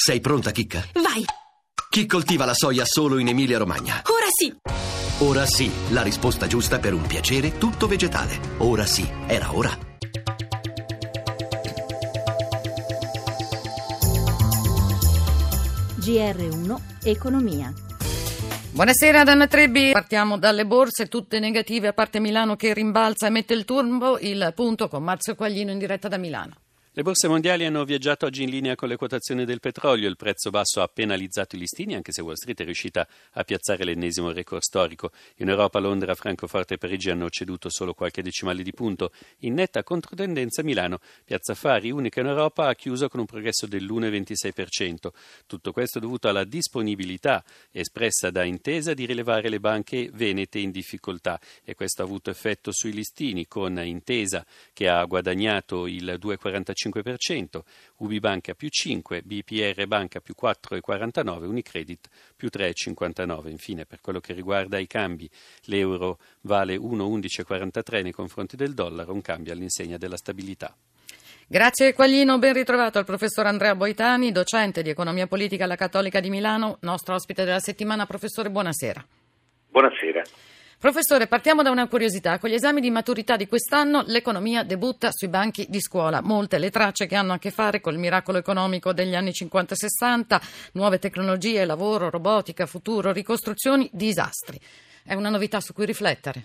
Sei pronta, Chicca? Vai! Chi coltiva la soia solo in Emilia-Romagna? Ora sì! Ora sì, la risposta giusta per un piacere tutto vegetale. Ora sì, era ora. GR1 Economia. Buonasera ad Anna Trebbi, partiamo dalle borse, tutte negative a parte Milano che rimbalza e mette il turbo, il punto con Marzio Quaglino in diretta da Milano. Le borse mondiali hanno viaggiato oggi in linea con le quotazioni del petrolio. Il prezzo basso ha penalizzato i listini, anche se Wall Street è riuscita a piazzare l'ennesimo record storico. In Europa, Londra, Francoforte e Parigi hanno ceduto solo qualche decimale di punto. In netta controtendenza Milano, Piazza Affari, unica in Europa, ha chiuso con un progresso dell'1,26%. Tutto questo dovuto alla disponibilità espressa da Intesa di rilevare le banche venete in difficoltà. E questo ha avuto effetto sui listini, con Intesa che ha guadagnato il 2,45%, Ubibanca più 5, BPR Banca più 4,49, Unicredit più 3,59. Infine, per quello che riguarda i cambi, l'euro vale 1,1143 nei confronti del dollaro, un cambio all'insegna della stabilità. Grazie Quaglino, ben ritrovato al professor Andrea Boitani, docente di economia politica alla Cattolica di Milano, nostro ospite della settimana. Professore, buonasera. Buonasera. Professore, partiamo da una curiosità. Con gli esami di maturità di quest'anno l'economia debutta sui banchi di scuola. Molte le tracce che hanno a che fare col miracolo economico degli anni 50 e 60, nuove tecnologie, lavoro, robotica, futuro, ricostruzioni, disastri. È una novità su cui riflettere?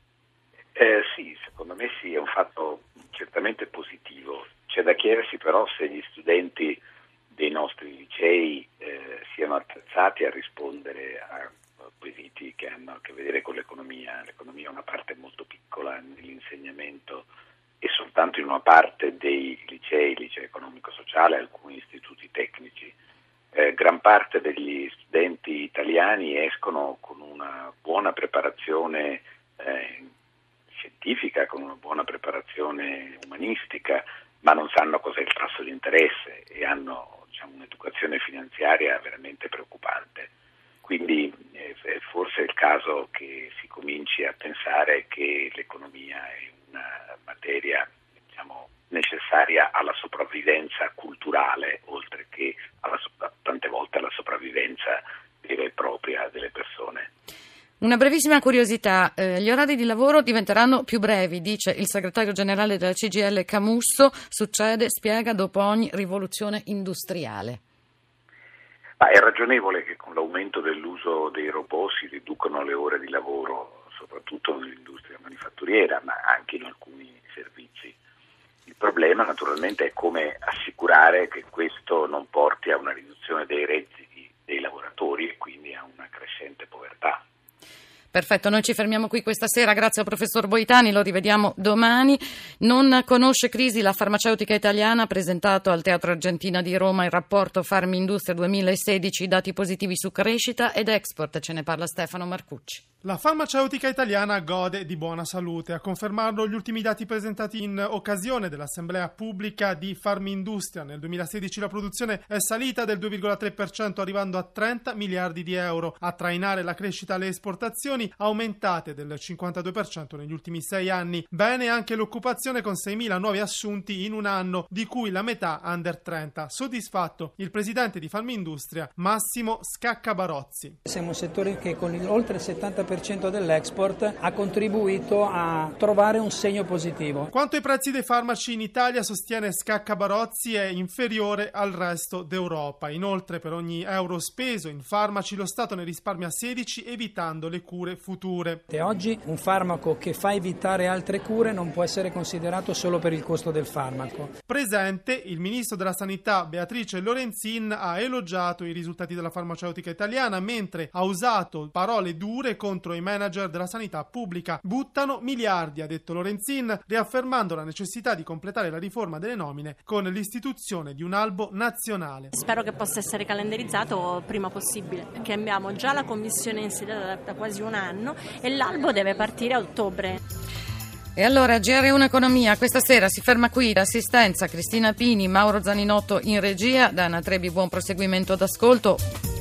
Sì, secondo me sì, è un fatto certamente positivo. C'è da chiedersi però se gli studenti dei nostri licei siano attrezzati a rispondere a quesiti che hanno a che vedere con l'economia. L'economia è una parte molto piccola nell'insegnamento e soltanto in una parte dei licei, liceo economico-sociale, alcuni istituti tecnici. Gran parte degli studenti italiani escono con una buona preparazione scientifica, con una buona preparazione umanistica, ma non sanno cos'è il tasso di interesse e hanno un'educazione finanziaria veramente preoccupante. Quindi forse è il caso che si cominci a pensare che l'economia è una materia necessaria alla sopravvivenza culturale, oltre che tante volte alla sopravvivenza vera e propria delle persone. Una brevissima curiosità, gli orari di lavoro diventeranno più brevi, dice il segretario generale della CGIL Camusso, spiega dopo ogni rivoluzione industriale. Ma è ragionevole che con l'aumento dell'uso dei robot si riducano le ore di lavoro, soprattutto nell'industria manifatturiera, ma anche in alcuni servizi. Il problema naturalmente è come assicurare che questo non porti a una riduzione dei redditi dei lavoratori e quindi a una crescente povertà. Perfetto, noi ci fermiamo qui questa sera, grazie al professor Boitani, lo rivediamo domani. Non conosce crisi la farmaceutica italiana, presentato al Teatro Argentina di Roma il rapporto Farmindustria 2016, dati positivi su crescita ed export, ce ne parla Stefano Marcucci. La farmaceutica italiana gode di buona salute, a confermarlo gli ultimi dati presentati in occasione dell'assemblea pubblica di Farmindustria. Nel 2016 la produzione è salita del 2,3%, arrivando a 30 miliardi di euro, a trainare la crescita alle esportazioni aumentate del 52% negli ultimi 6 anni. Bene anche l'occupazione con 6.000 nuovi assunti in un anno, di cui la metà under 30. Soddisfatto il presidente di Farmindustria, Massimo Scaccabarozzi. Siamo un settore che con oltre il 70% dell'export ha contribuito a trovare un segno positivo. Quanto ai prezzi dei farmaci in Italia, sostiene Scaccabarozzi, è inferiore al resto d'Europa. Inoltre, per ogni euro speso in farmaci lo Stato ne risparmia 16, evitando le cure future. E oggi un farmaco che fa evitare altre cure non può essere considerato solo per il costo del farmaco. Presente il ministro della Sanità Beatrice Lorenzin ha elogiato i risultati della farmaceutica italiana, mentre ha usato parole dure contro i manager della sanità pubblica. Buttano miliardi, ha detto Lorenzin, riaffermando la necessità di completare la riforma delle nomine con l'istituzione di un albo nazionale. Spero che possa essere calendarizzato prima possibile, perché abbiamo già la commissione insediata da quasi un anno e l'albo deve partire a ottobre. E allora GR1 Economia questa sera si ferma qui. Assistenza Cristina Pini, Mauro Zaninotto in regia. Da Anna Trebbi buon proseguimento d'ascolto.